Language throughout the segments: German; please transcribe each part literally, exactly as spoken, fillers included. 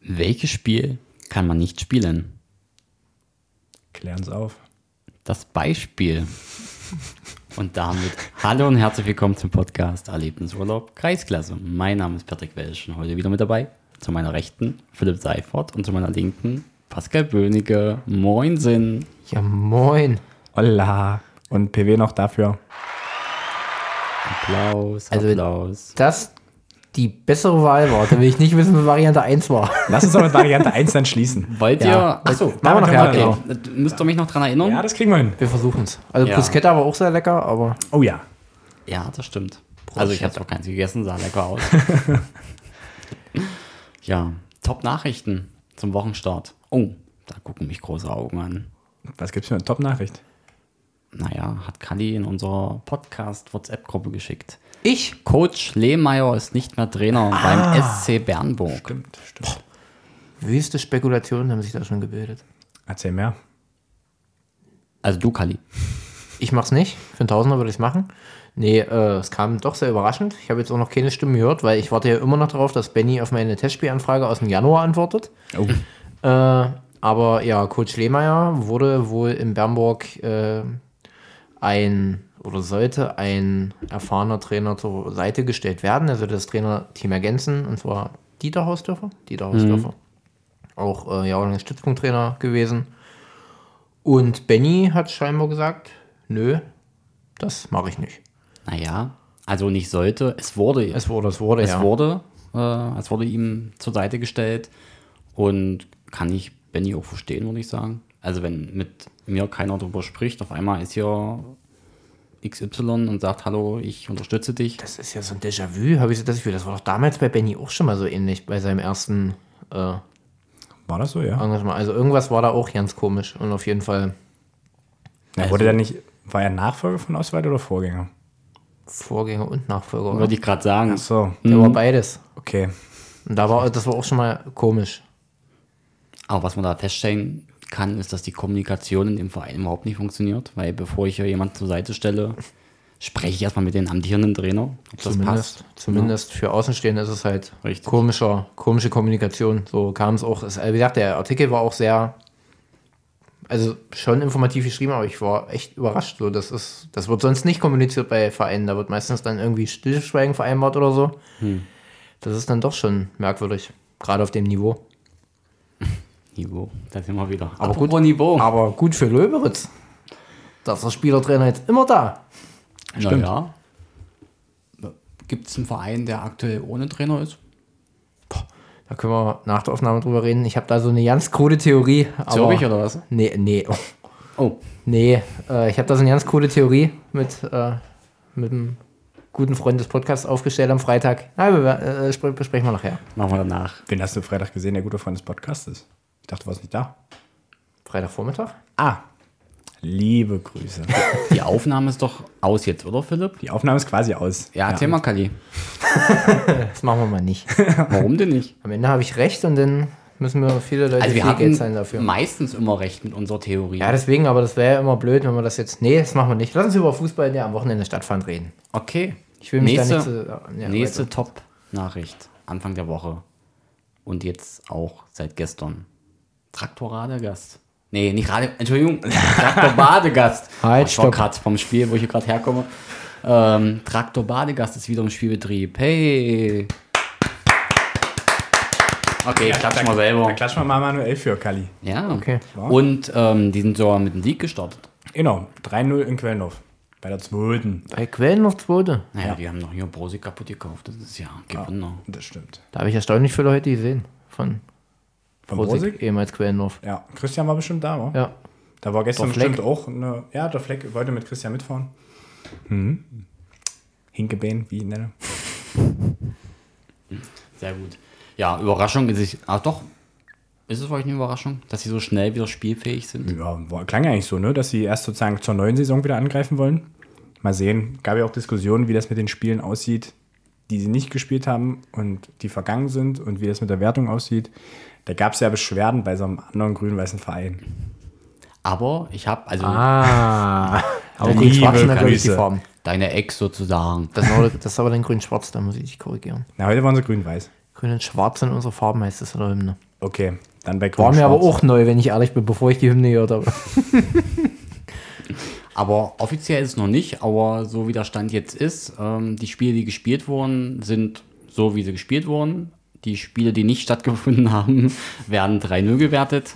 Welches Spiel kann man nicht spielen? Klären's auf. Das Beispiel. Und damit hallo und herzlich willkommen zum Podcast Erlebnisurlaub Kreisklasse. Mein Name ist Patrick Welsch und heute wieder mit dabei. Zu meiner Rechten Philipp Seifert und zu meiner Linken Pascal Böhnige. Moinsen. Ja, moin. Hola. Und P W noch dafür. Applaus, Also, Applaus. Das die bessere Wahl war. Da will ich nicht wissen, wie Variante eins war. Lass uns doch mit Variante eins dann schließen. Wollt Ja. ihr... Achso, Machen wir nachher, okay. genau. Müsst ihr mich noch dran erinnern? Ja, das kriegen wir hin. Wir versuchen es. Also Ja. Bruschetta war auch sehr lecker, aber Oh ja. Ja, das stimmt. Also ich habe auch keins gegessen, sah lecker aus. Ja, Top-Nachrichten zum Wochenstart. Oh, da gucken mich große Augen an. Was gibt's für eine Top-Nachricht? Naja, hat Kalli in unserer Podcast-WhatsApp-Gruppe geschickt. ich? Coach Lehmeier ist nicht mehr Trainer Ah. beim S C Bernburg. Stimmt, stimmt. Wüste Spekulationen haben sich da schon gebildet. Erzähl mehr. Also du, Kalli. Ich mach's nicht. Für einen Tausender würde ich es machen. Nee, äh, es kam doch sehr überraschend. Ich habe jetzt auch noch keine Stimmen gehört, weil ich warte ja immer noch darauf, dass Benny auf meine Testspielanfrage aus dem Januar antwortet. Oh. Äh, aber ja, Coach Lehmeier wurde wohl in Bernburg äh, ein oder sollte ein erfahrener Trainer zur Seite gestellt werden. Er sollte das Trainerteam ergänzen, und zwar Dieter Hausdörfer. Dieter Hausdörfer. Auch äh, jahrelang Stützpunkttrainer gewesen. Und Benny hat scheinbar gesagt, nö, das mache ich nicht. Naja, also nicht sollte, es wurde. Es wurde, es wurde, es ja. wurde, äh, es wurde ihm zur Seite gestellt und kann ich Benny auch verstehen, würde ich sagen. Also wenn mit mir keiner drüber spricht, auf einmal ist hier X Y und sagt, hallo, ich unterstütze dich. Das ist ja so ein Déjà-vu, habe ich so das Gefühl. Das war doch damals bei Benny auch schon mal so ähnlich, bei seinem ersten äh, War das so, ja? Engagement. Also irgendwas war da auch ganz komisch. Und auf jeden Fall ja wurde der nicht, war er Nachfolger von Oswald oder Vorgänger? Vorgänger und Nachfolger. Oder? Würde ich gerade sagen. Ach so, Der war beides. okay. Und da war, das war auch schon mal komisch. Aber was man da feststellen kann, ist, dass die Kommunikation in dem Verein überhaupt nicht funktioniert, weil bevor ich hier jemanden zur Seite stelle, spreche ich erstmal mit den amtierenden Trainer, ob das Zumindest, passt. zumindest für Außenstehende ist es halt Richtig. komischer, komische Kommunikation. So kam es auch. Es, wie gesagt, der Artikel war auch sehr, also schon informativ geschrieben, aber ich war echt überrascht. So, das ist, das wird sonst nicht kommuniziert bei Vereinen. Da wird meistens dann irgendwie Stillschweigen vereinbart oder so. Hm. Das ist dann doch schon merkwürdig, gerade auf dem Niveau. Niveau, da sind wir wieder. Aber Apropos gut, Niveau. aber gut für Löberitz. Da ist der Spielertrainer jetzt immer da. Stimmt. Naja. Gibt es einen Verein, der aktuell ohne Trainer ist? Da können wir nach der Aufnahme drüber reden. Ich habe da so eine ganz krude Theorie. Aber Zürich oder was? Nee, nee. Oh. Oh, Nee, äh, ich habe da so eine ganz coole Theorie mit, äh, mit einem guten Freund des Podcasts aufgestellt am Freitag. Na, wir, äh, spre- besprechen wir nachher. machen wir danach. Wen hast du Freitag gesehen, der guter Freund des Podcasts ist? Ich dachte, du warst nicht da. Freitagvormittag? Ah, liebe Grüße. Die Aufnahme ist doch aus jetzt, oder Philipp? Die Aufnahme ist quasi aus. Ja, erzähl mal, Kalli. Das machen wir mal nicht. Warum denn nicht? Am Ende habe ich recht und dann müssen wir viele Leute Also wir viel Geld hatten zahlen dafür. meistens immer recht mit unserer Theorie. Ja, deswegen, aber das wäre ja immer blöd, wenn wir das jetzt... Nee, das machen wir nicht. Lass uns über Fußball, der am Wochenende stattfand, reden. Okay. Ich will mich nächste, da nicht zu... Ja, Nächste weiter. Top-Nachricht. Anfang der Woche. Und jetzt auch seit gestern. Traktor-Radegast. Nee, nicht Rade... Entschuldigung. Traktor-Badegast. Halt, Oh, ich war stopp. gerade vom Spiel, wo ich hier gerade herkomme. Ähm, Traktor-Badegast ist wieder im Spielbetrieb. Hey. Okay, ich klatsch mal selber. Da klatschen wir mal manuell für, Kalli. Ja. Okay. Und ähm, die sind sogar mit dem Sieg gestartet. Genau, drei null in Quellendorf. Bei der zweiten. Bei Quellen noch zweite. Naja, die haben noch hier Brosi kaputt gekauft. Das ist ja Gewinner. Das stimmt. Da habe ich erstaunlich viele heute gesehen. Von Von Brosig, Brosig? ehemals Quellendorf. Ja, Christian war bestimmt da, oder? Ja. Da war gestern Der Fleck. bestimmt auch eine. Ja, der Fleck wollte mit Christian mitfahren. Mhm. Hinkebeen, wie ich ihn nenne. Sehr gut. Ja, Überraschung ist es. Ah, doch. Ist es für euch eine Überraschung, dass sie so schnell wieder spielfähig sind? Ja, war, klang ja eigentlich so, ne? Dass sie erst sozusagen zur neuen Saison wieder angreifen wollen. Mal sehen. Gab ja auch Diskussionen, wie das mit den Spielen aussieht, die sie nicht gespielt haben und die vergangen sind und wie das mit der Wertung aussieht. Da gab es ja Beschwerden bei so einem anderen grün-weißen Verein. Aber ich habe, also Ah. Aber Liebe grün-schwarz sind natürlich die Grüße. Farben. deine Ex sozusagen. Das ist aber, das ist aber dann grün-schwarz, da muss ich dich korrigieren. Na, heute waren sie grün-weiß. Grün und Schwarz sind unsere Farben, heißt es in der Hymne. Okay, dann bei Grün War mir aber Schwarz. auch neu, wenn ich ehrlich bin, bevor ich die Hymne gehört habe. Aber offiziell ist es noch nicht, aber so wie der Stand jetzt ist, ähm, die Spiele, die gespielt wurden, sind so, wie sie gespielt wurden. Die Spiele, die nicht stattgefunden haben, werden drei null gewertet.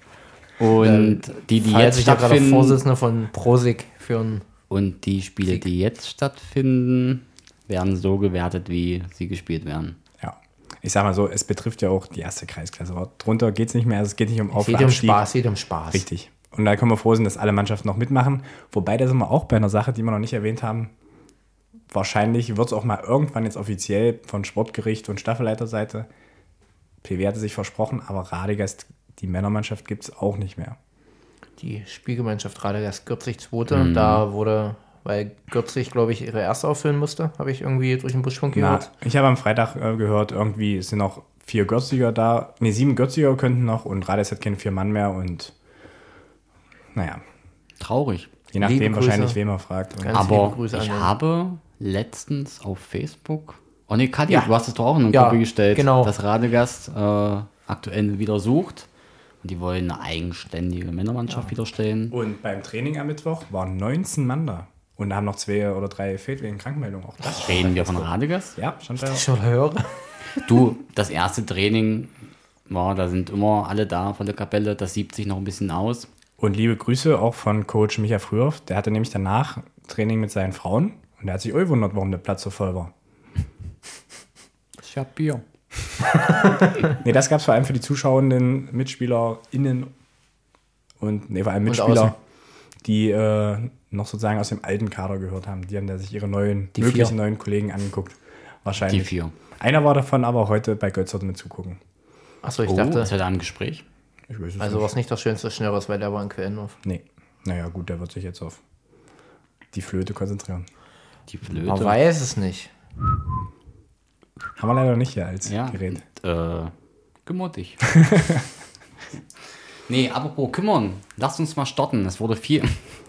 Und die, die Falls jetzt ich ja gerade stattfinden, Vorsitzender von Prosig für ein und die Spiele, die jetzt stattfinden, werden so gewertet, wie sie gespielt werden. Ja. Ich sag mal so, es betrifft ja auch die erste Kreisklasse. Aber drunter geht es nicht mehr. Also es geht nicht um Auf- Es geht und um Abstieg. Spaß, es geht um Spaß. Richtig. Und da können wir froh sein, dass alle Mannschaften noch mitmachen. Wobei, da sind wir auch bei einer Sache, die wir noch nicht erwähnt haben. Wahrscheinlich wird es auch mal irgendwann jetzt offiziell von Sportgericht und Staffelleiterseite. P W hatte sich versprochen, aber Radegast, die Männermannschaft, gibt es auch nicht mehr. Die Spielgemeinschaft Radegast Gürzig zweite. Da wurde, weil Gürzig, glaube ich, ihre erste auffüllen musste, habe ich irgendwie durch den Buschfunk Na, gehört. ich habe am Freitag äh, gehört, irgendwie sind noch vier Gürziger da. Ne, sieben Gürziger könnten noch und Radegast hat keine vier Mann mehr und naja, Traurig. je nachdem Liebe Grüße. wahrscheinlich, wen man fragt. Und Ganz Aber liebe Grüße ich an den- habe letztens auf Facebook, oh ne, Katja, Ja. du hast es doch auch in eine Ja, Gruppe gestellt, genau. dass Radegast äh, aktuell wieder sucht. Und die wollen eine eigenständige Männermannschaft wieder stellen. Und beim Training am Mittwoch waren neunzehn Mann da. Und da haben noch zwei oder drei gefehlt wegen Krankmeldung. Auch das. Reden wir von Radegast? Ja, stand da. Ich schon höre. Du, das erste Training war, da sind immer alle da von der Kapelle, das siebt sich noch ein bisschen aus. Und liebe Grüße auch von Coach Micha Frühoff. Der hatte nämlich danach Training mit seinen Frauen. Und der hat sich auch gewundert, warum der Platz so voll war. Ich hab Bier. Nee, das gab es vor allem für die zuschauenden MitspielerInnen und nee, vor allem Und Mitspieler, außen. die äh, noch sozusagen aus dem alten Kader gehört haben. Die haben da sich ihre neuen, Die möglichen vier. neuen Kollegen angeguckt. Wahrscheinlich. Die vier. Einer war davon aber heute bei Götzert mit zugucken. Achso, ich Oh, dachte, ist er da im Gespräch? Ich weiß es also nicht. was nicht das schönste Schnörres, weil der war in Quellenhof. Nee. Naja, gut, der wird sich jetzt auf die Flöte konzentrieren. Die Flöte. Man weiß es nicht. Haben wir leider nicht hier als Ja, Gerät. äh, kümmer dich. Nee, apropos kümmern, lasst uns mal starten. Es wurde viel.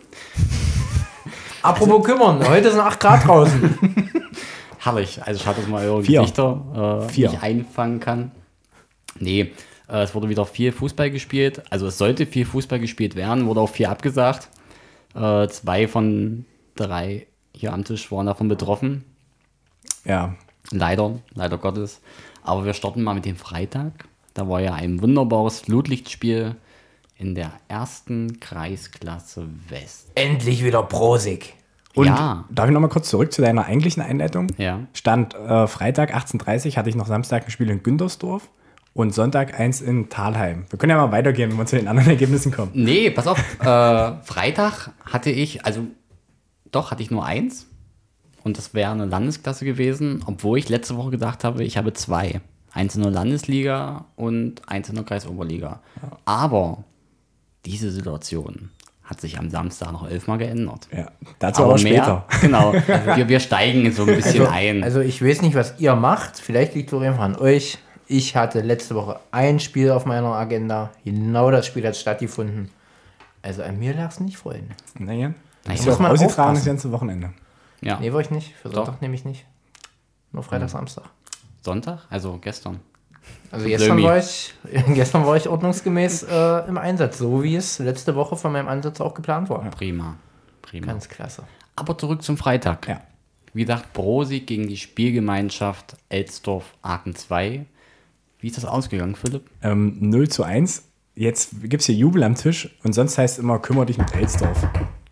Apropos kümmern, heute sind acht Grad draußen. Herrlich, also schaut, dass man eure Vier. Gesichter äh, Vier. nicht einfangen kann. Nee, äh, es wurde wieder viel Fußball gespielt. Also es sollte viel Fußball gespielt werden, wurde auch viel abgesagt. Äh, zwei von drei hier am Tisch waren davon betroffen. Ja, Leider, leider Gottes. Aber wir starten mal mit dem Freitag. Da war ja ein wunderbares Flutlichtspiel in der ersten Kreisklasse West. Endlich wieder Prosig. und Ja. darf ich nochmal kurz zurück zu deiner eigentlichen Einleitung? Ja. Stand äh, Freitag achtzehn Uhr dreißig, hatte ich noch Samstag ein Spiel in Güntersdorf und Sonntag eins in Thalheim. Wir können ja mal weitergehen, wenn wir zu den anderen Ergebnissen kommen. Nee, pass auf. äh, Freitag hatte ich, also doch, hatte ich nur eins. Und das wäre eine Landesklasse gewesen, obwohl ich letzte Woche gedacht habe, ich habe zwei. Eins in der Landesliga und eins in der Kreisoberliga. Aber diese Situation hat sich am Samstag noch elfmal geändert. Ja, dazu aber, später. Genau. Also wir, wir steigen so ein bisschen Also, ein. also ich weiß nicht, was ihr macht. Vielleicht liegt es auch einfach an euch. Ich hatte letzte Woche ein Spiel auf meiner Agenda. Genau das Spiel hat stattgefunden. Also an mir lag es nicht, Freunde. Naja, Na, ist ich ja muss auch mal ausgetragen das aufpassen. ganze Wochenende. ja. Nee, war ich nicht. Für Doch. Sonntag nehme ich nicht. Nur Freitag, Samstag. Sonntag? Also gestern. Also Für gestern Blömi. war, ich, gestern war ich ordnungsgemäß äh, im Einsatz, so wie es letzte Woche von meinem Ansatz auch geplant war. Prima. Prima. Ganz klasse. Aber zurück zum Freitag. Ja. Wie gesagt, Brosig gegen die Spielgemeinschaft Elsdorf-Aachen zwei. Wie ist das ausgegangen, Philipp? Ähm, null zu eins. Jetzt gibt es hier Jubel am Tisch und sonst heißt es immer, kümmere dich mit Elsdorf.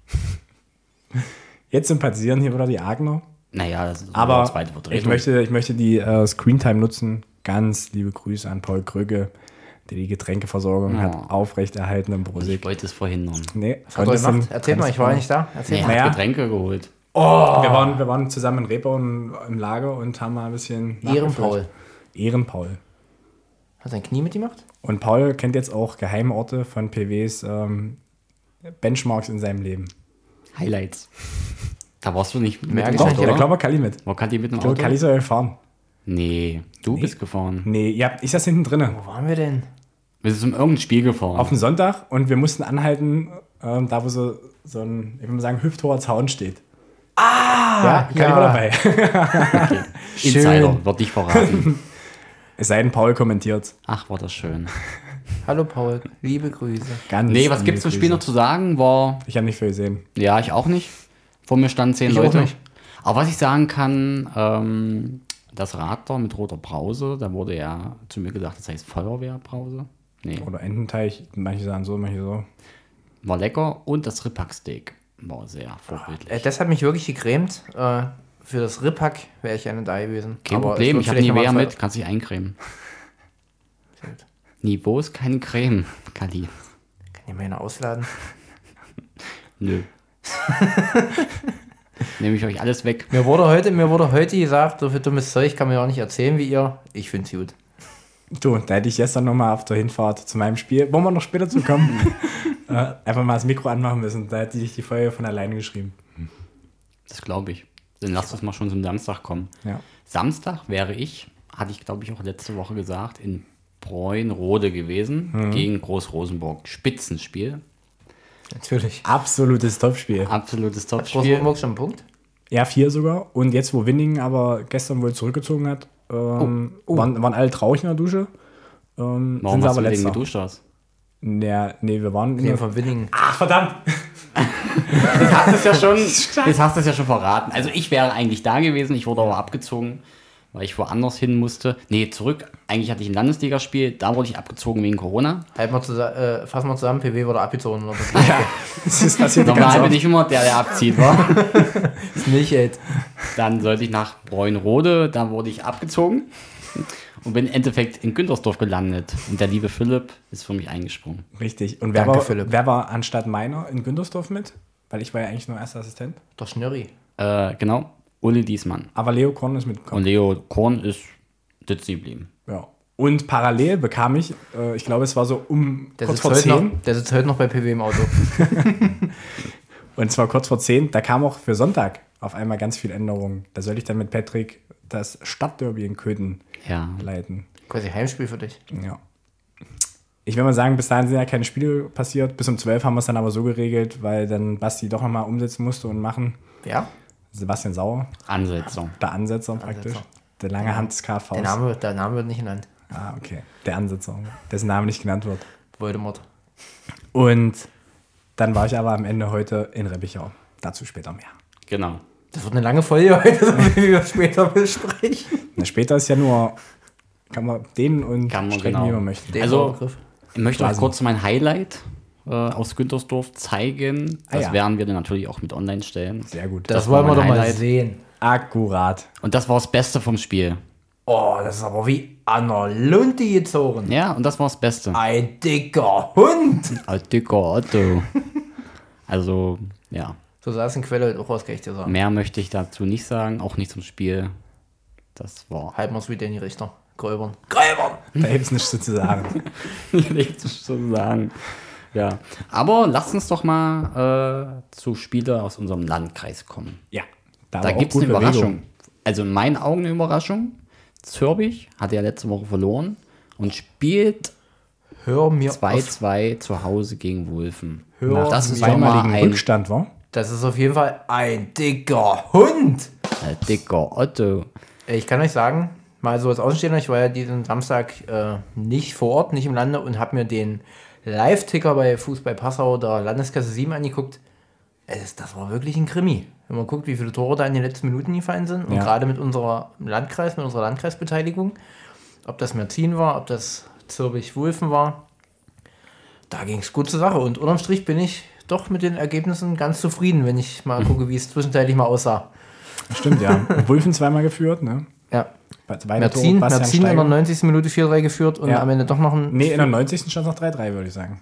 Jetzt sympathisieren hier wieder die Agner. Naja, das ist Aber die zweite Vertretung. ich möchte, ich möchte die äh, Screentime nutzen. Ganz liebe Grüße an Paul Kröge, der die Getränkeversorgung Oh. hat aufrechterhalten im Brosig. ich wollte es verhindern. Nee, Was hat er konntest gemacht? du- Erzähl mal, konntest ich war du- ja nicht da. Erzähl Nee, er mal. Naja. hat Getränke geholt. Wir waren, wir waren zusammen in Reeperbahn im, im Lager und haben mal ein bisschen Ehrenpaul. nachgefüllt. Ehrenpaul. Hat sein Knie mitgemacht? Und Paul kennt jetzt auch Geheimorte von P Ws ähm, Benchmarks in seinem Leben. Highlights. Da warst du nicht mit Merke dem ich Doch, nicht, Auto, der oder? glaube Kalli mit. War Kalli mit dem Ich glaube, Auto? Kalli soll fahren. Nee, du bist gefahren. Nee, ja, ich saß hinten drin. Wo waren wir denn? Wir sind um irgendein Spiel gefahren. Auf den Sonntag und wir mussten anhalten, ähm, da wo so, so ein, ich würde mal sagen, hüfthoher Zaun steht. Ah! Ja, Kalli ja. war dabei. Insider, Schön. wird nicht verraten. Es sei denn, Paul kommentiert. Ach, war das schön. Hallo Paul, liebe Grüße. Ganz Nee, was liebe gibt's zum Spiel Grüße. noch zu sagen? War, Ich habe nicht viel gesehen. ja, ich auch nicht. Vor mir standen zehn Ich auch Leute. nicht. Aber was ich sagen kann, ähm, das Radler mit roter Brause, da wurde ja zu mir gesagt, das heißt Feuerwehrbrause. Nee, Oder Ententeich, manche sagen so, manche so. war lecker. Und das Rippack-Steak war sehr vorbildlich. Äh, das hat mich wirklich gegrämt. Äh, für das Rippack wäre ich gerne da gewesen. Kein Aber es Problem, wird ich habe vielleicht Nivea noch mal mit, kannst dich eincremen. Sehr gut. Niveau ist keine Creme, Kali. Kann ich mal eine ausladen? Nö. Nehme ich euch alles weg. Mir wurde heute, mir wurde heute gesagt, so viel dummes Zeug kann man ja auch nicht erzählen wie ihr. Ich finde es gut. Du, da hätte ich gestern nochmal auf der Hinfahrt zu meinem Spiel, wollen wir noch später zu kommen, äh, einfach mal das Mikro anmachen müssen. Da hätte ich die Folge von alleine geschrieben. Das glaube ich. Dann lasst uns mal schon zum Samstag kommen. Ja. Samstag wäre ich, hatte ich glaube ich auch letzte Woche gesagt, in Bräunrode gewesen Mhm. gegen Groß-Rosenborg. Spitzenspiel. Natürlich. Absolutes Topspiel. Absolutes Topspiel. Rosenborg schon einen Punkt? Ja, vier sogar. Und jetzt, wo Winningen aber gestern wohl zurückgezogen hat, ähm, Oh. Oh. Waren, waren alle traurig in der Dusche. Ähm, Warum sind sie hast aber du den letzter. geduscht hast? Ja, nee, wir waren in Nee, der... von Winningen. Ach, verdammt! Jetzt hast du es ja schon, jetzt hast du es ja schon verraten. Also ich wäre eigentlich da gewesen, ich wurde aber abgezogen, weil ich woanders hin musste. Nee, zurück. Eigentlich hatte ich ein Landesligaspiel, da wurde ich abgezogen wegen Corona. Halt mal zusammen, äh, fassen wir zusammen, P W wurde abgezogen. Oder was? Ja, das ist passiert ganz Normal bin oft. ich immer der, der abzieht, war. Ist nicht, ey. Dann sollte ich nach Bräunrode, da wurde ich abgezogen und bin im Endeffekt in Güntersdorf gelandet. Und der liebe Philipp ist für mich eingesprungen. Richtig. Und wer, Danke, war, Philipp. wer war anstatt meiner in Güntersdorf mit? Weil ich war ja eigentlich nur erster Assistent. Der Schnörri. Äh, genau, Uli Diesmann. Aber Leo Korn ist Und mitgekommen. Leo Korn ist sitzen geblieben. Ja. Und parallel bekam ich, äh, ich glaube, es war so um Der kurz sitzt, vor heute zehn. noch, der sitzt heute noch bei P W im Auto. Und zwar kurz vor zehn, da kam auch für Sonntag auf einmal ganz viel Änderungen. Da sollte ich dann mit Patrick das Stadtderby in Köthen Ja. leiten. Quasi Heimspiel für dich. Ja. Ich will mal sagen, bis dahin sind ja keine Spiele passiert. Bis um zwölf haben wir es dann aber so geregelt, weil dann Basti doch nochmal umsetzen musste und machen. Ja? Sebastian Sauer, Ansetzung. der Ansetzer praktisch. Der lange Hand des K Vs. Der Name, der Name wird nicht genannt. Ah, okay. Der Ansetzer, dessen Name nicht genannt wird. Voldemort. Und dann war ich aber am Ende heute in Reppichau. Dazu später mehr. Genau. Das wird eine lange Folge heute, so wie wir später besprechen. Na, später ist ja nur, kann man den und Kann man, strecken, genau. wie man möchte. Den Also- Begriff. Ich möchte euch Quasi. kurz mein Highlight äh, aus Güntersdorf zeigen. Ah, Das ja. werden wir dann natürlich auch mit online stellen. Sehr gut. Das, Das war wollen wir mein doch mal Highlight. sehen. Akkurat. Und das war das Beste vom Spiel. Oh, das ist aber wie an der Lunte gezogen. Ja, und das war das Beste. Ein dicker Hund. Ein dicker Otto. Also, ja. So sah es in Quelle heute auch aus, kann ich dir sagen. Mehr möchte ich dazu nicht sagen, auch nicht zum Spiel. Das war Halten wir es wie Danny Richter. Gräubern. Gräubern! Da gibt es nichts zu sagen. nichts zu sagen. Ja. Aber lasst uns doch mal äh, zu Spielern aus unserem Landkreis kommen. Ja. Da war auch gibt es eine gute Überraschung. Bewegung. Also in meinen Augen eine Überraschung. Zürbich hatte ja letzte Woche verloren und spielt Hör mir zwei auf. zwei zu Hause gegen Wulfen. Hör das ist mir doch mal Zweimaligen ein Rückstand, war? Das ist auf jeden Fall ein dicker Hund. äh, dicker Otto. Ich kann euch sagen, mal so als Außenstehender, ich war ja diesen Samstag äh, nicht vor Ort, nicht im Lande und habe mir den Live-Ticker bei Fußball Passau der Landesklasse sieben angeguckt. Es, das war wirklich ein Krimi. Wenn man guckt, wie viele Tore da in den letzten Minuten gefallen sind und Ja. gerade mit unserer Landkreis, mit unserer Landkreisbeteiligung, ob das Merzin war, ob das Zürbich-Wulfen war, da ging es gut zur Sache und unterm Strich bin ich doch mit den Ergebnissen ganz zufrieden, wenn ich mal gucke, wie es zwischenzeitlich mal aussah. Stimmt, ja. Wulfen zweimal geführt, ne? Ja, Beide Merzin, Tore, Bastian Merzin in der Steiger. neunzigsten Minute vier drei geführt und Ja. am Ende doch noch ein... Nee, in der neunzigsten stand noch drei drei, würde ich sagen.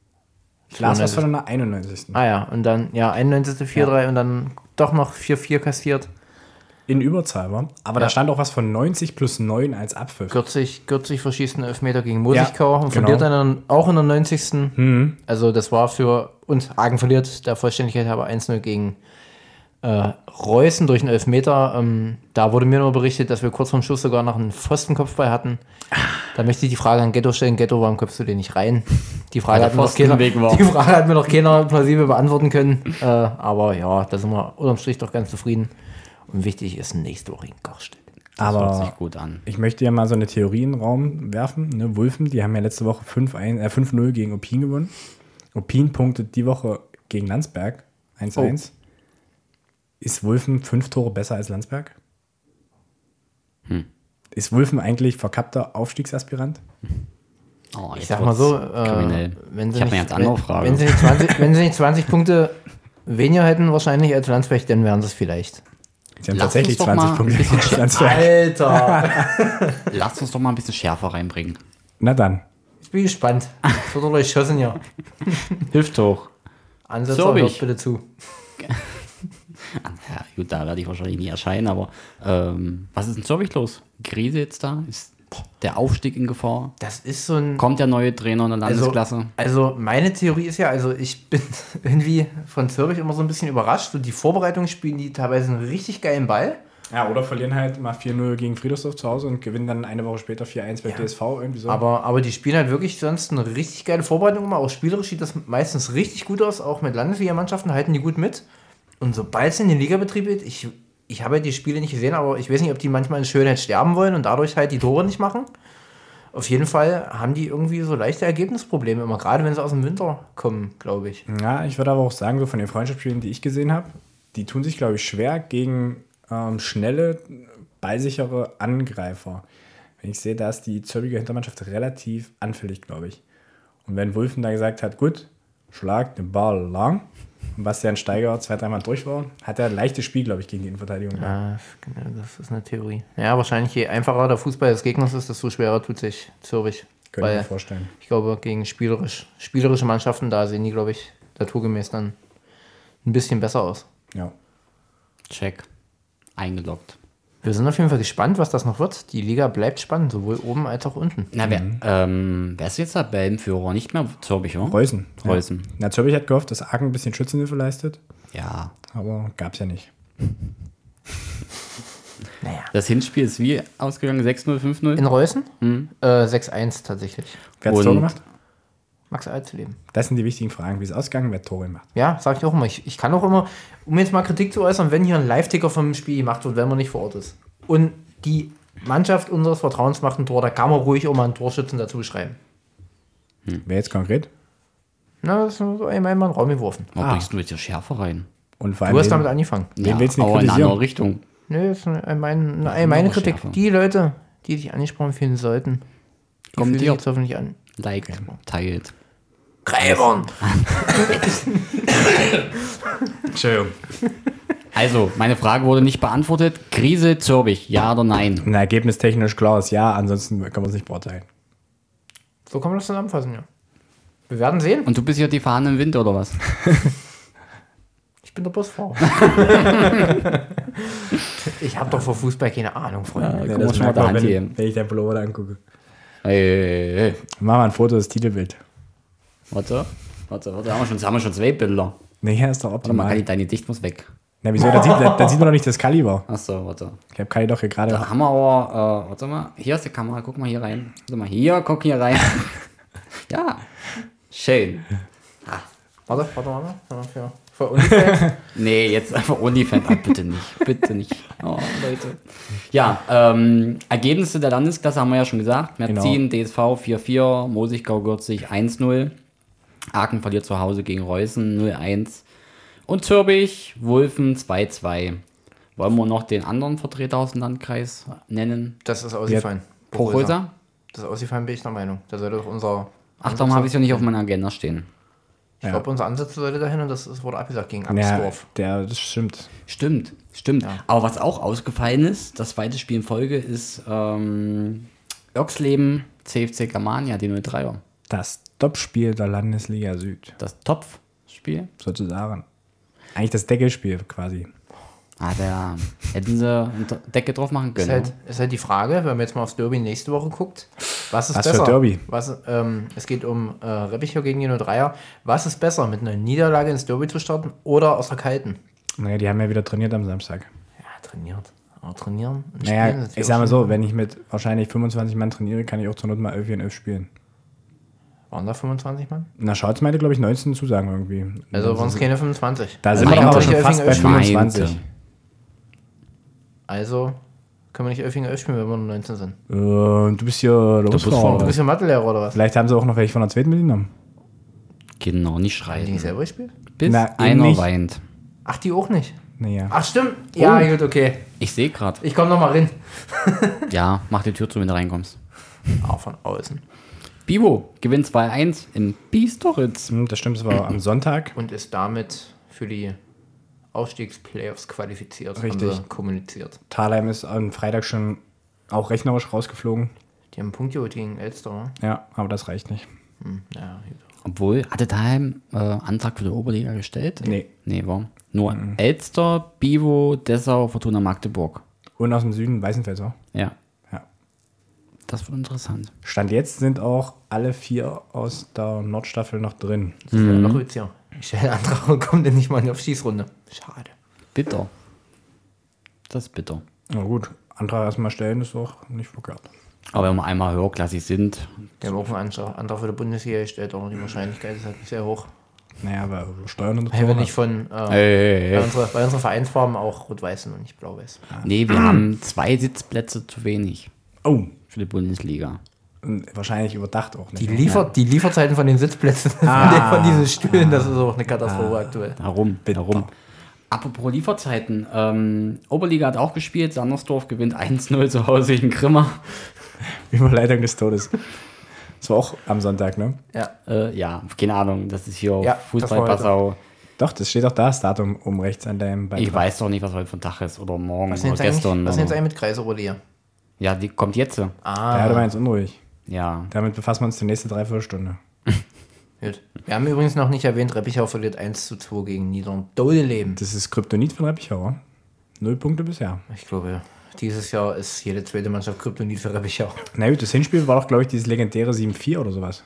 Lars war von der einundneunzigsten Ah ja, und dann, ja, einundneunzigsten vier drei und dann doch noch vier vier kassiert. In Überzahl war. Aber Ja. da stand auch was von neunzig plus neun als Abpfiff. Kürzlich, kürzlich verschießt einen Elfmeter gegen Mosigkau und genau. verliert dann auch in der neunzigsten Mhm. Also das war für uns, Hagen verliert, der Vollständigkeit halber eins null gegen äh, Reußen durch einen Elfmeter. Ähm, da wurde mir nur berichtet, dass wir kurz vorm Schluss sogar noch einen Pfostenkopfball hatten. Da möchte ich die Frage an Ghetto stellen. Ghetto, warum kommst du den nicht rein? Die Frage, Weil hat der mir, noch Pfosten im keiner, Weg war. die Frage hat mir noch keiner plausibel beantworten können. Äh, aber ja, da sind wir unterm Strich doch ganz zufrieden. Und wichtig ist nächste Woche in Garstedt. Das hört Aber sich gut an. ich möchte ja mal so eine Theorie in den Raum werfen. Ne? Wulfen, die haben ja letzte Woche fünf null gegen Opin gewonnen. Opin punktet die Woche gegen Landsberg eins eins. Oh. Ist Wulfen fünf Tore besser als Landsberg? Hm. Ist Wulfen eigentlich verkappter Aufstiegsaspirant? Oh, ich sag mal so, äh, wenn sie ich habe eine ganz andere wenn, Frage. Wenn sie, nicht zwanzig, wenn sie nicht zwanzig Punkte weniger hätten wahrscheinlich als Landsberg, dann wären sie es vielleicht. Sie haben Lass tatsächlich uns doch zwanzig mal Punkte. ein bisschen als Landsberg. Alter! Lass uns doch mal ein bisschen Schärfe reinbringen. Na dann. Ich bin gespannt. Es wird doch durchschossen hier. Hilft hoch. Ansetzer, hört bitte zu. Ja, gut, da werde ich wahrscheinlich nie erscheinen, aber ähm, was ist in Zürich los? Krise jetzt da? Ist der Aufstieg in Gefahr? Das ist so ein... Kommt der neue Trainer in der Landesklasse? Also, also meine Theorie ist ja, also ich bin irgendwie von Zürich immer so ein bisschen überrascht. So die Vorbereitung spielen die teilweise einen richtig geilen Ball. Ja, oder verlieren halt mal vier null gegen Friedersdorf zu Hause und gewinnen dann eine Woche später vier eins bei ja. D S V. Irgendwie so. Aber, aber die spielen halt wirklich sonst eine richtig geile Vorbereitung immer. Auch spielerisch sieht das meistens richtig gut aus. Auch mit Landesliga-Mannschaften halten die gut mit. Und sobald es in den Ligabetrieb geht, ich, ich habe ja die Spiele nicht gesehen, aber ich weiß nicht, ob die manchmal in Schönheit sterben wollen und dadurch halt die Tore nicht machen. Auf jeden Fall haben die irgendwie so leichte Ergebnisprobleme immer, gerade wenn sie aus dem Winter kommen, glaube ich. Ja, ich würde aber auch sagen, so von den Freundschaftsspielen, die ich gesehen habe, die tun sich, glaube ich, schwer gegen ähm, schnelle, ballsichere Angreifer. Wenn ich sehe, da ist die Zürcher Hintermannschaft relativ anfällig, glaube ich. Und wenn Wulfen da gesagt hat, gut, schlag den Ball lang, und Bastian Steiger zwei, dreimal durch war, hat er ein leichtes Spiel, glaube ich, gegen die Innenverteidigung. Ja, das ist eine Theorie. Ja, wahrscheinlich je einfacher der Fußball des Gegners ist, desto schwerer tut sich Zürich. Könnte ich mir vorstellen. Ich glaube, gegen spielerisch, spielerische Mannschaften, da sehen die, glaube ich, naturgemäß dann ein bisschen besser aus. Ja. Check. Eingeloggt. Wir sind auf jeden Fall gespannt, was das noch wird. Die Liga bleibt spannend, sowohl oben als auch unten. Na, wer, mhm. ähm, wer ist jetzt der Tabellenführer? Nicht mehr Zürich, oder? Reußen. Reußen. Ja. Na, Zürich hat gehofft, dass Aachen ein bisschen Schützenhilfe leistet. Ja. Aber gab's ja nicht. Naja. Das Hinspiel ist wie ausgegangen? sechs null, fünf null? In Reußen? Mhm. Äh, sechs eins tatsächlich. Wer hat das Tor gemacht? Max Alzleben. Das sind die wichtigen Fragen. Wie ist es ausgegangen? Wer hat Tore gemacht? Ja, sag ich auch immer. Ich, ich kann auch immer, um jetzt mal Kritik zu äußern, wenn hier ein Live-Ticker vom Spiel gemacht wird, wenn man nicht vor Ort ist. Und die Mannschaft unseres Vertrauens macht ein Tor, da kann man ruhig auch mal einen Torschützen dazu schreiben. Hm. Wer jetzt konkret? Na, das ist so einmal in den Raum geworfen. Wo Ah. bringst du jetzt die Schärfe rein? Und vor Du allem hast wen- damit angefangen. Wen Ja, willst du nicht aber in eine kritisieren? andere Richtung. Nee, das ist eine, mein, eine, Ja, meine andere Kritik. Schärfe. Die Leute, die sich angesprochen fühlen sollten, die fühlen sich Kommentiert. jetzt hoffentlich an. Liked, teilt. Gräbern! Entschuldigung. Also, meine Frage wurde nicht beantwortet. Krise Zürich, ja oder nein? Ein ergebnistechnisch klar ist ja, ansonsten kann man es nicht beurteilen. So kann man das zusammenfassen, ja. Wir werden sehen. Und du bist ja die Fahne im Wind, oder was? Ich bin der Busfahrer. Ich habe doch vor Fußball keine Ahnung, Freunde. Ja, guck mal schon mal der Hand hier. wenn, wenn ich dein Pullover da angucke. Hey, hey, hey. Mach mal ein Foto des Titelbild. Warte, warte, warte. Haben wir schon, haben wir schon zwei Bilder. Nee, hier ist doch Warte mal, optimal. Kali, deine Dicht muss weg. Na, wieso? Dann sieht, dann sieht man doch nicht das Kaliber. Achso, warte. Ich habe Kali doch hier gerade. Da haben wir aber, äh, warte mal, hier ist die Kamera, guck mal hier rein. Warte mal, hier, guck hier rein. Ja, schön. Warte, warte, warte. Ja, für, für OnlyFans. Nee, jetzt einfach OnlyFans. Ah, bitte nicht, bitte nicht. Oh, Leute. Ja, ähm, Ergebnisse der Landesklasse haben wir ja schon gesagt. Merzin, Genau. D S V vier vier, Mosigau-Gürzig eins null. Aachen verliert zu Hause gegen Reußen null eins. Und Zürbich, Wulfen zwei zwei. Wollen wir noch den anderen Vertreter aus dem Landkreis nennen? Das ist ausgefallen. Hochhäuser? Das ist ausgefallen, bin ich der Meinung. Da sollte doch unser. Ach, darum habe ich es ja nicht auf meiner Agenda stehen. Ich Ja. glaube, unser Ansatz sollte dahin und das, das wurde abgesagt gegen Ja, Absdorf. der, das stimmt. Stimmt, stimmt. Ja. Aber was auch ausgefallen ist, das zweite Spiel in Folge ist ähm, Oerxleben, C F C Germania, die null dreier. Das Topspiel der Landesliga Süd, Das Topfspiel. sozusagen. Eigentlich das Deckelspiel quasi. Ah, da hätten sie eine Decke drauf machen Ist können. halt, ist halt die Frage, wenn man jetzt mal aufs Derby nächste Woche guckt, was ist Was für besser? Derby? Was, ähm, es geht um äh, Reppichau gegen die null dreier. Was ist besser, mit einer Niederlage ins Derby zu starten oder aus der kalten? Naja, die haben ja wieder trainiert am Samstag. Ja, trainiert. Aber trainieren und Naja, spielen ist ich sag mal auch so, schon- wenn ich mit wahrscheinlich fünfundzwanzig Mann trainiere, kann ich auch zur Not mal elf gegen elf spielen. Waren da fünfundzwanzig Mann? Na, Scholz meinte, glaube ich, neunzehn Zusagen irgendwie. Also waren es keine fünfundzwanzig. Da also sind wir doch aber meinte- schon fast bei meinte. fünfundzwanzig. Also Können wir nicht elf gegen elf spielen, wenn wir nur neunzehn sind? Äh, du bist hier der Busfahrer. Du bist ja Mathelehrer oder was? Vielleicht haben sie auch noch welche von der zweiten mitgenommen. Genau, nicht Haben die nicht schreien. selber gespielt? Bis Na, eben einer nicht. weint. Ach, die auch nicht. Naja. Ach, stimmt. Ja, Oh. gut, okay. Ich sehe gerade. Ich komme nochmal rein. Ja, mach die Tür zu, wenn du reinkommst. Ah, von außen. Bivo gewinnt zwei eins im Bistoritz. Hm, das stimmt, es war am Sonntag. Und ist damit für die Aufstiegsplayoffs qualifiziert. Richtig. Haben sie kommuniziert. Thalheim ist am Freitag schon auch rechnerisch rausgeflogen. Die haben einen Punkt geholt gegen Elster, oder? Ja, aber das reicht nicht. Hm, ja, gut. Obwohl, hatte Daheim äh, Antrag für die Oberliga gestellt? Nee. Nee, war nur Elster, Bivo, Dessau, Fortuna Magdeburg. Und aus dem Süden Weißenfels auch. Ja, Ja. das wird interessant. Stand jetzt sind auch alle vier aus der Nordstaffel noch drin. Das ist ja noch witziger. Ich stelle einen Antrag und komme dann nicht mal in die Aufstiegsrunde. Schade. Bitter. Das ist bitter. Na gut, Antrag erstmal stellen ist auch nicht verkehrt. Aber wenn wir einmal höherklassig sind, Wir haben auch einen Antrag Antrag für die Bundesliga gestellt, aber die Wahrscheinlichkeit ist halt sehr hoch. Naja, aber Steuern und Weil wir nicht von, äh, Ey, ey, weil, ey. unsere, weil unsere Vereinsfarben auch rot-weiß sind und nicht blau-weiß. Nee, wir haben zwei Sitzplätze zu wenig Oh, für die Bundesliga. und wahrscheinlich überdacht auch nicht. Die, Liefer, die Lieferzeiten von den Sitzplätzen, Ah. von, den, von diesen Stühlen, das ist auch eine Katastrophe aktuell. Darum, Bitter. darum. Apropos Lieferzeiten, ähm, Oberliga hat auch gespielt, Sandersdorf gewinnt eins null zu Hause gegen Grimma. Überleitung des Todes. Das war auch am Sonntag, ne? Ja. Äh, ja, keine Ahnung, das ist hier Ja, Fußball das war Passau. Doch, das steht auch da, das Datum oben rechts an deinem Beitrag. Ich weiß doch nicht, was heute für ein Tag ist oder morgen Was oder sind jetzt gestern. eigentlich, was sind jetzt oder- eigentlich mit Kreisoberliga? Ja, die kommt jetzt. Der Ah, hatte mal jetzt unruhig. Ja, Damit befassen wir uns die nächste Dreiviertelstunde. gut. Wir haben übrigens noch nicht erwähnt, Reppichau verliert eins zu zwei gegen Niedern-Dodeleben. Das ist Kryptonit von Reppichauer. Null Punkte bisher. Ich glaube, dieses Jahr ist jede zweite Mannschaft Kryptonit für Reppichau. Na gut, das Hinspiel war doch, glaube ich, dieses legendäre sieben vier oder sowas.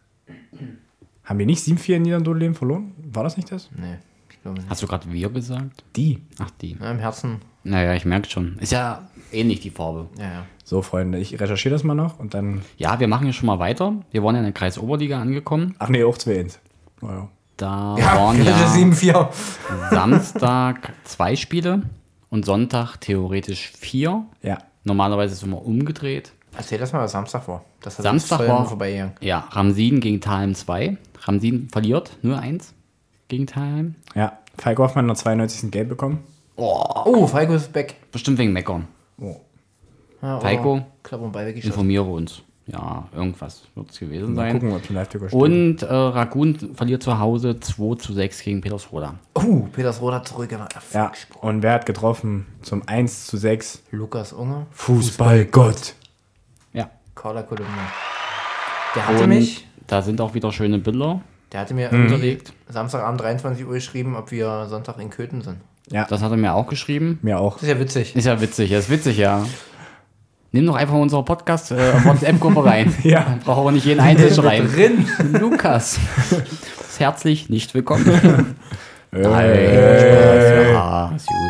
Haben wir nicht sieben vier in Niedern-Dodeleben verloren? War das nicht das? Nee, ich glaube nicht. hast du gerade wir gesagt? Die. Ach, die. Ja, im Herzen, Naja, ich merke schon. Ist ja ähnlich die Farbe. ja, ja. So, Freunde, ich recherchiere das mal noch und dann. Ja, wir machen hier schon mal weiter. Wir waren ja in der Kreisoberliga angekommen. Ach nee, auch zwei eins. Oh, ja. Da Ja, waren ja sieben vier. Samstag zwei Spiele und Sonntag theoretisch vier. Ja. Normalerweise ist es immer umgedreht. Erzähl das mal, was Samstag war. Das hat Samstag voll an mir war- vorbeigegangen. Ja, Ramsin gegen Thalheim zwei. Ramsin verliert nur eins gegen Thalheim. Ja. Falk Hoffmann noch zweiundneunzigsten Gelb bekommen. Oh, Falco ist back. Bestimmt wegen Meckern. Oh. Ja, Falco? Klapp und Ball weggeschossen. Informiere uns. Ja, irgendwas wird es gewesen Mal sein. gucken, ob die Live-Ticker stehen. Und äh, Ragun verliert zu Hause zwei zu sechs gegen Petersroda. Oh, Petersroth hat zurück gemacht. Ja. Erfolgsspur. Und wer hat getroffen? Zum eins zu sechs. Lukas Unger, Fußballgott. Ja. Carla Kolumna. Der hatte Und mich, da sind auch wieder schöne Bilder der hatte mir Mhm. unterlegt, Samstagabend dreiundzwanzig Uhr geschrieben, ob wir Sonntag in Köthen sind. Ja, Das hat er mir auch geschrieben. mir auch. Das ist ja witzig. Ist ja witzig, das ist witzig, ja. Nimm doch einfach unsere Podcast äh, WhatsApp-Gruppe rein. Ja. Dann brauchen wir nicht jeden einzeln schreiben. Drin. Lukas. Ist herzlich nicht willkommen. Äh, Spaß. Ja, ist gut.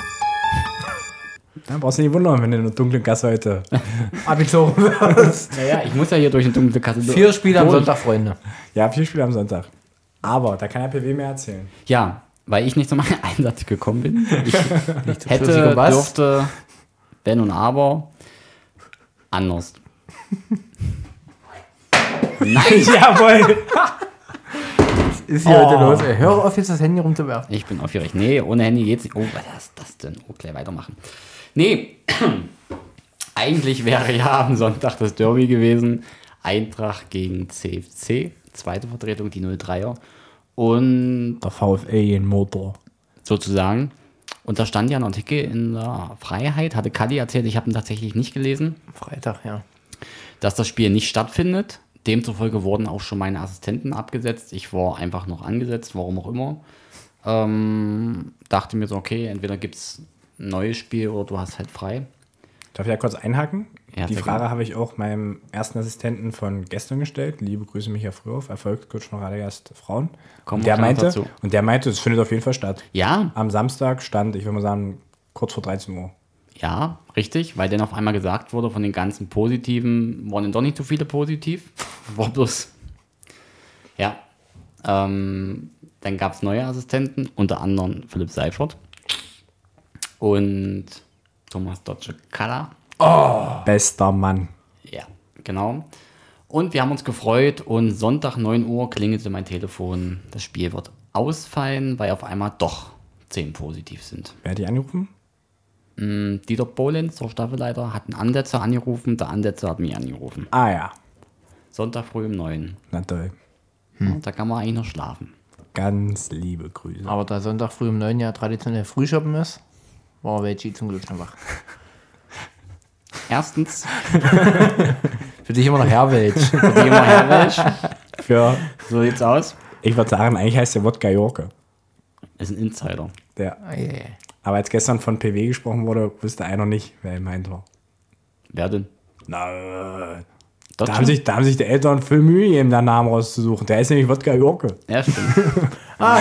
Dann brauchst du nicht wundern, wenn du in der dunklen Gasse heute. Abitur wirst. Naja, ich muss ja hier durch eine dunkle Kasse. Vier Spiele am durch. Sonntag, Freunde. Ja, vier Spiele am Sonntag. Aber da kann der P W mehr erzählen. Ja, weil ich nicht zu meinem Einsatz gekommen bin. Ich hätte, Flüssiger Bass. dürfte, wenn und aber, anders. Nein! Jawohl! Ist hier Oh. heute los, ey. Hör auf, jetzt das Handy rumzuwerfen. Ich bin aufgeregt. Nee, ohne Handy geht's nicht. Oh, was ist das denn? Oh, gleich weitermachen. Nee, eigentlich wäre ja am Sonntag das Derby gewesen. Eintracht gegen C F C. Zweite Vertretung, die null dreier. Und Der VfL in Motor. sozusagen. Und da stand ja ein Artikel in der Freiheit, hatte Kadi erzählt, ich habe ihn tatsächlich nicht gelesen, Freitag, ja. dass das Spiel nicht stattfindet. Demzufolge wurden auch schon meine Assistenten abgesetzt. Ich war einfach noch angesetzt, warum auch immer. Ähm, dachte mir so, okay, entweder gibt es ein neues Spiel oder du hast halt frei. Darf ich da kurz einhaken? Ja, Die sehr Frage gerne. habe ich auch meinem ersten Assistenten von gestern gestellt. Liebe Grüße, Michael Frühoff, Erfolgscoach von Radegast Frauen. Kommen Und wir der, gleich meinte, dazu. und der meinte, es findet auf jeden Fall statt. Ja, Am Samstag stand, ich würde mal sagen, kurz vor dreizehn Uhr. ja, richtig, weil dann auf einmal gesagt wurde, von den ganzen Positiven waren dann doch nicht so viele positiv. War bloß, ja. Ähm, dann gab es neue Assistenten, unter anderem Philipp Seifert. Und Thomas Dotschekala. Bester Mann. Ja, genau. Und wir haben uns gefreut und Sonntag neun Uhr klingelte mein Telefon. Das Spiel wird ausfallen, weil auf einmal doch zehn positiv sind. Wer hat die angerufen? Mm, Dieter Bohlenz, der Staffelleiter, hat einen Ansetzer angerufen. Der Ansetzer hat mich angerufen. Ah ja, Sonntag früh um neun. na toll. Ja, da kann man eigentlich noch schlafen. Ganz liebe Grüße. Aber da Sonntag früh um neun ja traditionell Frühschoppen ist, war Veggie zum Glück schon wach. Erstens, Für dich immer noch Herwelch. für die immer herwelsch. Für, So sieht's aus. ich würde sagen, eigentlich heißt der Wodka Jorke. Ist ein Insider. Der. Ah, yeah. Aber als gestern von P W gesprochen wurde, wusste einer nicht, wer er meint war. Wer denn? Na, Dort da haben, schon? sich, da haben sich die Eltern viel Mühe gegeben, den Namen rauszusuchen. Der ist nämlich Wodka Jorke. Ja, stimmt. Ah,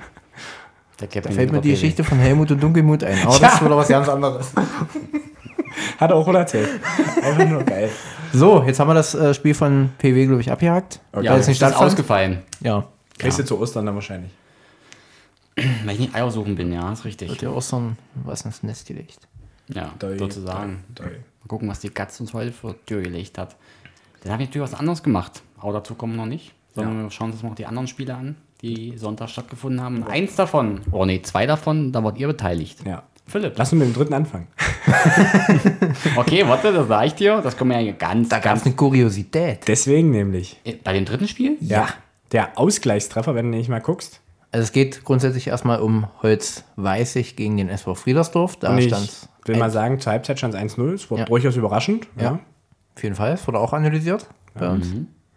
Der da fällt mir die Geschichte von Helmut und Dunkelmut ein. Aber das ist wieder was ganz anderes. Hat er auch erzählt. Einfach nur geil. So, jetzt haben wir das äh, Spiel von P W, glaube ich, abgehakt. Ja, Weil das es nicht ist stattfand. ausgefallen. Ja, Kriegst du zu Ostern dann wahrscheinlich. Weil ich nicht Eier suchen bin, ja, ist richtig. wird ja Ostern was ins Nest gelegt. Ja, Doi, sozusagen. doi, doi. Mal gucken, was die Gatz uns heute für Tür gelegt hat. Dann habe ich natürlich was anderes gemacht. Aber dazu kommen wir noch nicht. Sondern wir schauen uns noch die anderen Spiele an, die Sonntag stattgefunden haben. Und eins davon, oh nee, zwei davon, da wart ihr beteiligt. Ja. Philipp. Lass uns mit dem dritten anfangen. Okay, warte, das sage ich dir. Das kommt mir ja ganz, Da gab ganz... es eine Kuriosität. Deswegen nämlich. Bei dem dritten Spiel? Ja. Der Ausgleichstreffer, wenn du nicht mal guckst. Also es geht grundsätzlich erstmal um Holz-Weißig gegen den S V Friedersdorf. Da Und ich stand will mal sagen, zur Halbzeit stand es eins null. Es war Ja. durchaus überraschend. Ja, auf jeden Fall. Es wurde auch analysiert bei uns.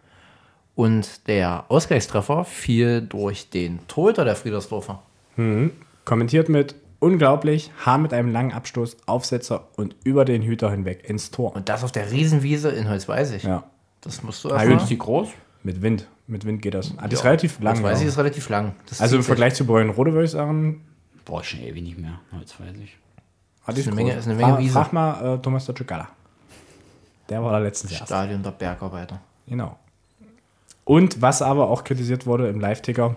Und der Ausgleichstreffer fiel durch den Torhüter der Friedersdorfer. Kommentiert mit unglaublich, Haar mit einem langen Abstoß, Aufsetzer und über den Hüter hinweg ins Tor. Und das auf der Riesenwiese in Holz-Weißig. Ja. Das musst du Na erstmal... gut. Ist die groß? Mit Wind. Mit Wind geht das. Ah, das ist Ja, relativ lang. Holz-Weißig ja. ist relativ lang. Das Also im zieht Vergleich zu Bräuen-Rode würde ich sagen, Boah, schon ewig nicht mehr. Jetzt weiß ich. hat ist die eine Menge- ist eine Menge Frag, Wiese. frag mal äh, Thomas Dotschekala. Der war da letztens sich. erst. Stadion der Bergarbeiter. Genau. Und was aber auch kritisiert wurde im Live-Ticker,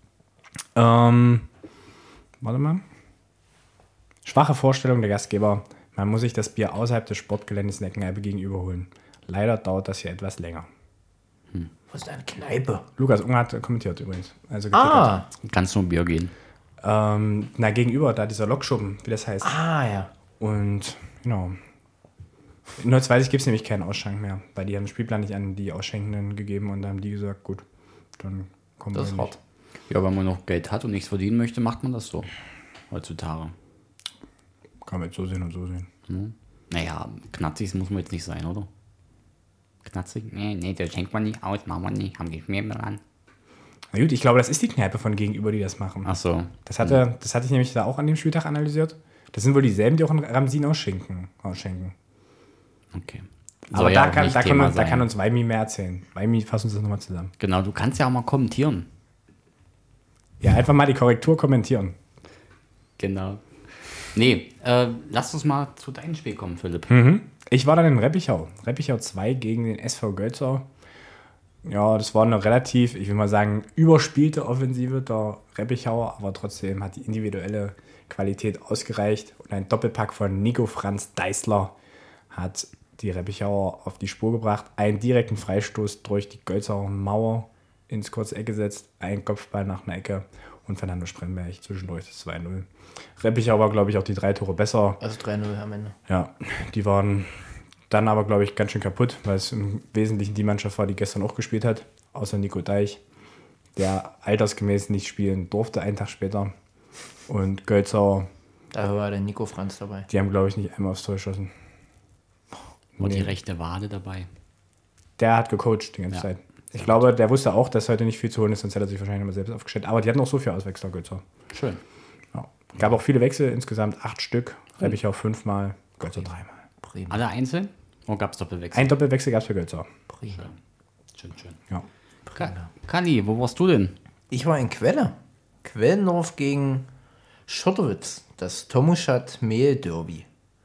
ähm, warte mal, schwache Vorstellung der Gastgeber, man muss sich das Bier außerhalb des Sportgeländes in der Kneipe gegenüberholen. Leider dauert das hier etwas länger. Wo ist deine Kneipe? Lukas Unger hat kommentiert übrigens. Also getickert. Ah, Kannst nur Bier gehen. Ähm, na, gegenüber, da dieser Lokschuppen, wie das heißt. ah ja. Und, genau. In Holzweißig gibt es nämlich keinen Ausschank mehr, weil die haben den Spielplan nicht an die Ausschenkenden gegeben und dann haben die gesagt, gut, dann kommen Das wir ist nicht. hart. Ja, wenn man noch Geld hat und nichts verdienen möchte, macht man das so. Heutzutage. Kann man jetzt so sehen und so sehen. Naja, knatzig muss man jetzt nicht sein, oder? Knatzig? Nee, nee, das schenkt man nicht aus, machen wir nicht, haben die mehr an. Na gut, ich glaube, das ist die Kneipe von gegenüber, die das machen. Ach so. Das hatte, das hatte ich nämlich da auch an dem Spieltag analysiert. Das sind wohl dieselben, die auch in Ramsin ausschenken. ausschenken. Okay. Aber Soll da, ja auch kann, nicht da, kann Thema uns, da sein. kann uns Weimi mehr erzählen. Weimi, fass uns das nochmal zusammen. Genau, du kannst ja auch mal kommentieren. Ja, einfach mal die Korrektur kommentieren. Genau. Nee, äh, lass uns mal zu deinem Spiel kommen, Philipp. Ich war dann in Reppichau. Reppichau zwei gegen den S V Gölzau. Ja, das war eine relativ, ich will mal sagen, überspielte Offensive der Reppichauer, aber trotzdem hat die individuelle Qualität ausgereicht. Und ein Doppelpack von Nico Franz Deißler hat die Reppichauer auf die Spur gebracht. Einen direkten Freistoß durch die Gölzauer Mauer ins kurze Eck gesetzt, ein Kopfball nach einer Ecke und Fernando Spremberg zwischendurch das zwei null. Reppichau war, glaube ich, auch die drei Tore besser. Also drei null am Ende. Ja, die waren dann aber, glaube ich, ganz schön kaputt, weil es im Wesentlichen die Mannschaft war, die gestern auch gespielt hat, außer Nico Deich, der altersgemäß nicht spielen durfte, einen Tag später. Und Gölzau, Da war der Nico Franz dabei. die haben, glaube ich, nicht einmal aufs Tor geschossen. War die Nee. rechte Wade dabei. Der hat gecoacht die ganze Ja. Zeit. Ich glaube, der wusste auch, dass heute nicht viel zu holen ist, sonst hätte er sich wahrscheinlich mal selbst aufgestellt. Aber die hatten auch so viele Auswechsler, Gölzau. Schön. Ja. Gab auch viele Wechsel, insgesamt acht Stück. Reppichau fünfmal, Gölzau dreimal. Prima. Alle einzeln? Oder gab es Doppelwechsel? Ein Doppelwechsel gab es für Gölzau. Prima. Schön, schön. Ja. Ka- Kali, wo warst du denn? Ich war in Quelle. Quellendorf gegen Schottowitz. Das Tomuschat Mehl Derby.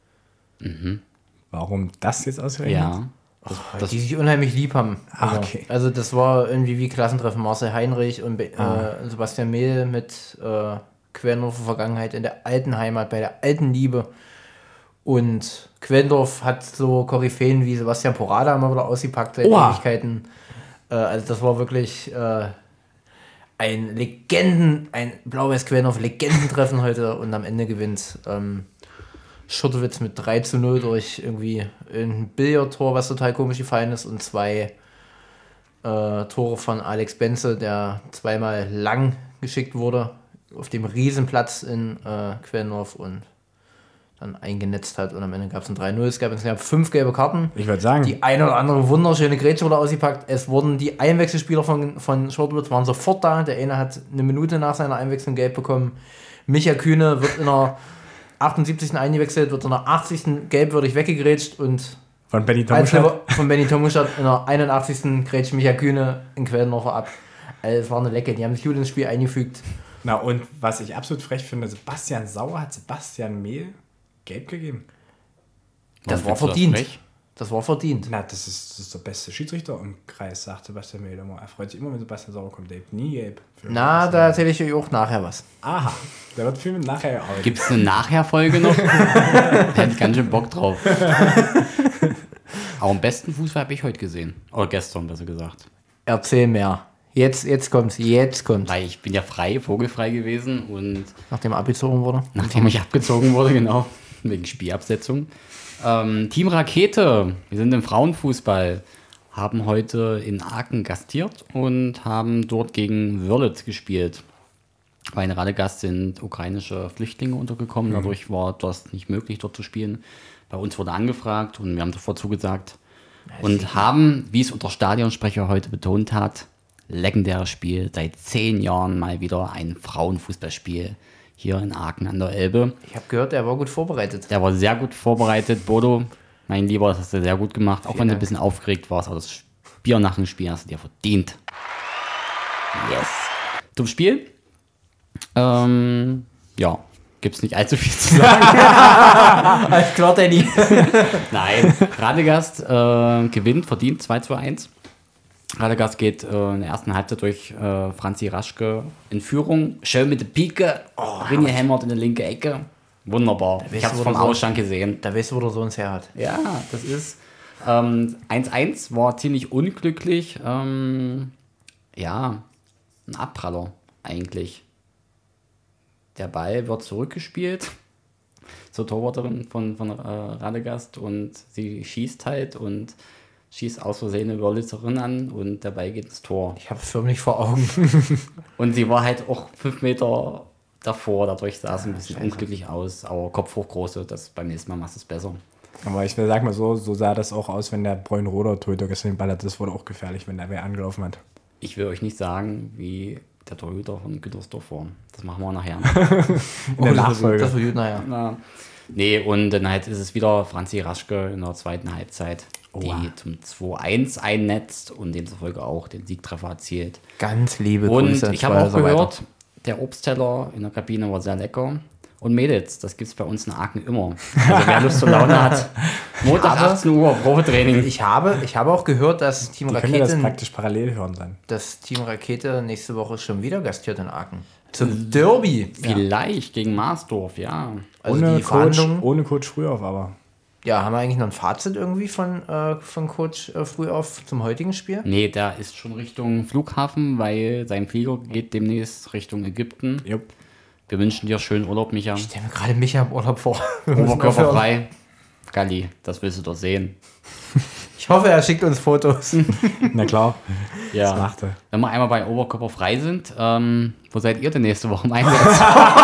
Warum das jetzt ausgerechnet? Ja. Das die sich unheimlich lieb haben. Ah, Also, okay. also das war irgendwie wie Klassentreffen Marcel Heinrich und Be- äh, Sebastian Mehl mit äh, Quellendorfer Vergangenheit in der alten Heimat, bei der alten Liebe. Und Quendorf hat so Koryphäen wie Sebastian Porada mal wieder ausgepackt seit Oha. Ewigkeiten. Äh, also das war wirklich äh, ein Legenden, ein Blau-Weiß-Quendorf Legendentreffen heute und am Ende gewinnt ähm, Schurtewitz mit drei zu null durch irgendwie ein Billardtor, was total komisch gefallen ist, und zwei äh, Tore von Alex Benze, der zweimal lang geschickt wurde auf dem Riesenplatz in äh, Quellendorf und dann eingenetzt hat, und am Ende gab es ein drei null. Es gab insgesamt fünf gelbe Karten. Ich würde sagen, Die eine oder andere wunderschöne Grätsche wurde ausgepackt. Es wurden die Einwechselspieler von, von Schurtewitz waren sofort da. Der eine hat eine Minute nach seiner Einwechslung gelb bekommen. Micha Kühne wird in der achtundsiebzigsten eingewechselt, wird in der achtzigsten gelbwürdig weggegrätscht und von Benny als Tomuschat. von Benny Tomuschat in der einundachtzigsten grätscht Micha Kühne in Quellendorfer ab. Also es war eine Lecke. Die haben sich gut ins Spiel eingefügt. Na, und was ich absolut frech finde, Sebastian Sauer hat Sebastian Mehl gelb gegeben. Das Warum war findest du verdient. frech? Das war verdient. Na, das ist, das ist der beste Schiedsrichter im Kreis, sagt Sebastian Mehl immer. Er freut sich immer, wenn Sebastian Sauer kommt. Der gibt nie gelb. Für Na, da erzähle ich euch auch nachher was. Aha, der wird viel mit nachher arbeiten. Gibt es eine Nachher-Folge noch? Da hätte ich ganz schön Bock drauf. Aber am besten Fußball habe ich heute gesehen. Oder gestern, besser gesagt. Erzähl mehr. Jetzt, jetzt kommt's, jetzt kommt's. Weil ich bin ja frei, vogelfrei gewesen und Nachdem abgezogen wurde. nachdem ich abgezogen wurde, genau, wegen Spielabsetzung. Ähm, Team Rakete, wir sind im Frauenfußball, haben heute in Aachen gastiert und haben dort gegen Wörlitz gespielt. Bei in Radegast sind ukrainische Flüchtlinge untergekommen, dadurch war das nicht möglich, dort zu spielen. Bei uns wurde angefragt und wir haben sofort zugesagt und haben, wie es unser Stadionsprecher heute betont hat, legendäres Spiel, seit zehn Jahren mal wieder ein Frauenfußballspiel hier in Aachen an der Elbe. Ich habe gehört, er war gut vorbereitet. Der war sehr gut vorbereitet. Bodo, mein Lieber, das hast du sehr gut gemacht. Auch Vielen wenn du ein Dank. bisschen aufgeregt warst, aber das Bier nach dem Spiel hast du dir verdient. Yes. Zum Spiel. Ähm, ja, gibt's nicht allzu viel zu sagen. Alles klar, Danny. Nein, Radegast äh, gewinnt, verdient zwei zu eins. Radegast geht äh, in der ersten Halbzeit durch äh, Franzi Raschke in Führung. Schön mit der Pike, oh, reingehämmert in die linke Ecke. Wunderbar. Ich weißt habe du, es wo vom du so- Ausstand gesehen. Da weißt du, wo der so uns her hat. Ja, das ist ähm, eins eins, war ziemlich unglücklich. Ähm, ja, ein Abpraller eigentlich. Der Ball wird zurückgespielt zur Torwarterin von, von äh, Radegast und sie schießt halt und schießt aus Versehen eine Wörlitzerin an und der Ball geht ins Tor. Ich habe es förmlich vor Augen. Und sie war halt auch fünf Meter davor, dadurch sah es ein bisschen Scheiße. unglücklich aus, aber Kopf hoch große, das beim nächsten Mal machst du es besser. Aber ich sag mal so, so sah das auch aus, wenn der Bräunroder Torhüter gestern den Ball hat. Das wurde auch gefährlich, wenn der wer angelaufen hat. Ich will euch nicht sagen, wie der Torhüter von Gütersdorf war. Das machen wir nachher. In der Oh, das Nachfolge. wird- Das wird gut, naja. Na, nee, und dann halt ist es wieder Franzi Raschke in der zweiten Halbzeit, die Oha. zum zwei eins einnetzt und demzufolge auch den Siegtreffer erzielt. Ganz liebe Und Grüße. ich habe zwei auch also weiter. gehört, der Obstteller in der Kabine war sehr lecker. Und Mädels, das gibt es bei uns in Aachen immer. Also wer Lust und Laune hat, Montag habe- achtzehn Uhr, Probetraining. Ich habe, ich habe auch gehört, dass Team Die können ja das Rakete, praktisch parallel hören dann. dass Team Rakete nächste Woche schon wieder gastiert in Aachen. Zum Derby. Vielleicht gegen Marsdorf, ja. Also ohne, die Coach, Verhandlungen. ohne Coach Frühauf aber. Ja, haben wir eigentlich noch ein Fazit irgendwie von, äh, von Coach äh, Frühauf zum heutigen Spiel? Nee, der ist schon Richtung Flughafen, weil sein Flieger geht demnächst Richtung Ägypten. Jupp. Wir wünschen dir schönen Urlaub, Micha. Ich stelle mir gerade Micha im Urlaub vor. Wir müssen aufhören. Oberkörperfrei. Galli, das willst du doch sehen. Ich hoffe, er schickt uns Fotos. Na klar, das Ja. macht er. Wenn wir einmal bei Oberkörperfrei sind, ähm, wo seid ihr denn nächste Woche im Einsatz?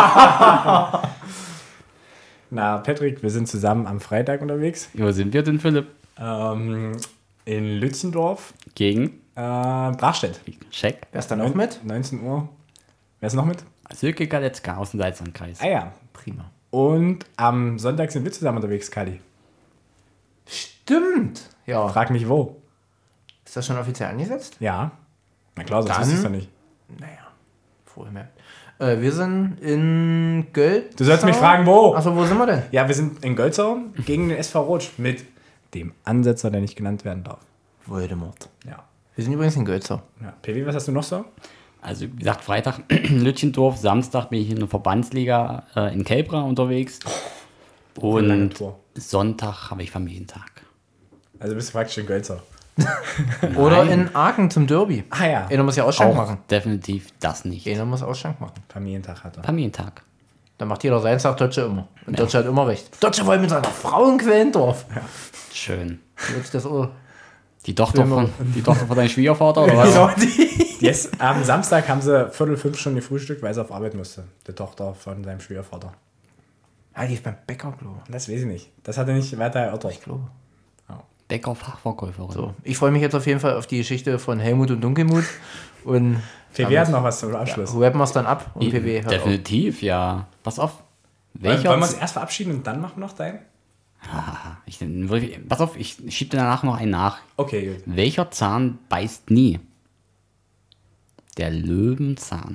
Na, Patrick, wir sind zusammen am Freitag unterwegs. Wo sind wir denn, Philipp? Ähm, in Lützendorf, Gegen? äh, Brachstedt. Check. Wer ist da noch mit? neunzehn Uhr. Wer ist noch mit? Silke Galetzka aus dem Salzlandkreis. Ah ja. Prima. Und am Sonntag sind wir zusammen unterwegs, Kali. Stimmt. Ja. Frag mich wo. Ist das schon offiziell angesetzt? Ja. Na klar, sonst Dann- ist es doch nicht. Naja, vorher mehr. Äh, wir sind in Göld. Du sollst mich fragen, wo? Achso, wo sind wir denn? Ja, wir sind in Gölzau gegen den S V Rotsch mit dem Ansetzer, der nicht genannt werden darf. Voldemort. Ja. Wir sind übrigens in Gölzau. ja. P W, was hast du noch so? Also, wie gesagt, Freitag Lütchendorf, Samstag bin ich in der Verbandsliga äh, in Kelbra unterwegs. Und Tour. Sonntag habe ich Familientag. Also bist du praktisch in Gölzer. Oder in Aachen zum Derby. Ah ja. Einer muss ja Ausschank Auch machen. definitiv das nicht. Einer muss Ausschank machen. Familientag hat er. Familientag. Dann macht jeder seins, sagt Deutsche immer. Und Deutsche hat immer recht. Deutsche wollen mit seiner Frau in Quellendorf. Schön. Jetzt das auch. Die Tochter, Will man- von, die Tochter von deinem Schwiegervater oder was? Genau die. Yes, am Samstag haben sie Viertel fünf schon gefrühstückt, weil sie auf Arbeit musste. Die Tochter von seinem Schwiegervater. Ah, die ist beim Bäcker, glaube Das weiß ich nicht. Das hat er nicht weiter erörtert. ich. glaube. Bäcker-Fachverkäuferin. So, ich freue mich jetzt auf jeden Fall auf die Geschichte von Helmut und Dunkelmut. Und P W hat noch was zum Abschluss. rappen wir es dann ab und P W hört auf. Definitiv, ja. Pass auf. Wollen, Welcher wollen wir uns erst verabschieden und dann machen wir noch deinen? Ah, ich, pass auf, ich schiebe dir danach noch einen nach. Okay, gut. Welcher Zahn beißt nie? Der Löwenzahn.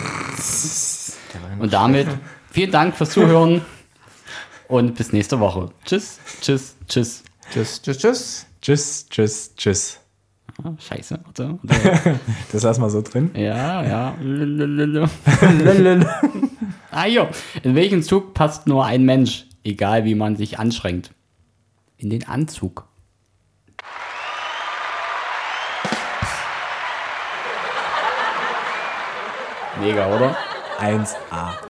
Und damit vielen Dank fürs Zuhören und bis nächste Woche. Tschüss, tschüss, tschüss. Tschüss, tschüss, tschüss. Tschüss, tschüss, tschüss. Ah, scheiße, warte. warte. Das lassen wir so drin. Ja, ja. Ah, jo. In welchen Zug passt nur ein Mensch, egal wie man sich anstrengt? In den Anzug. Mega, oder? eins a.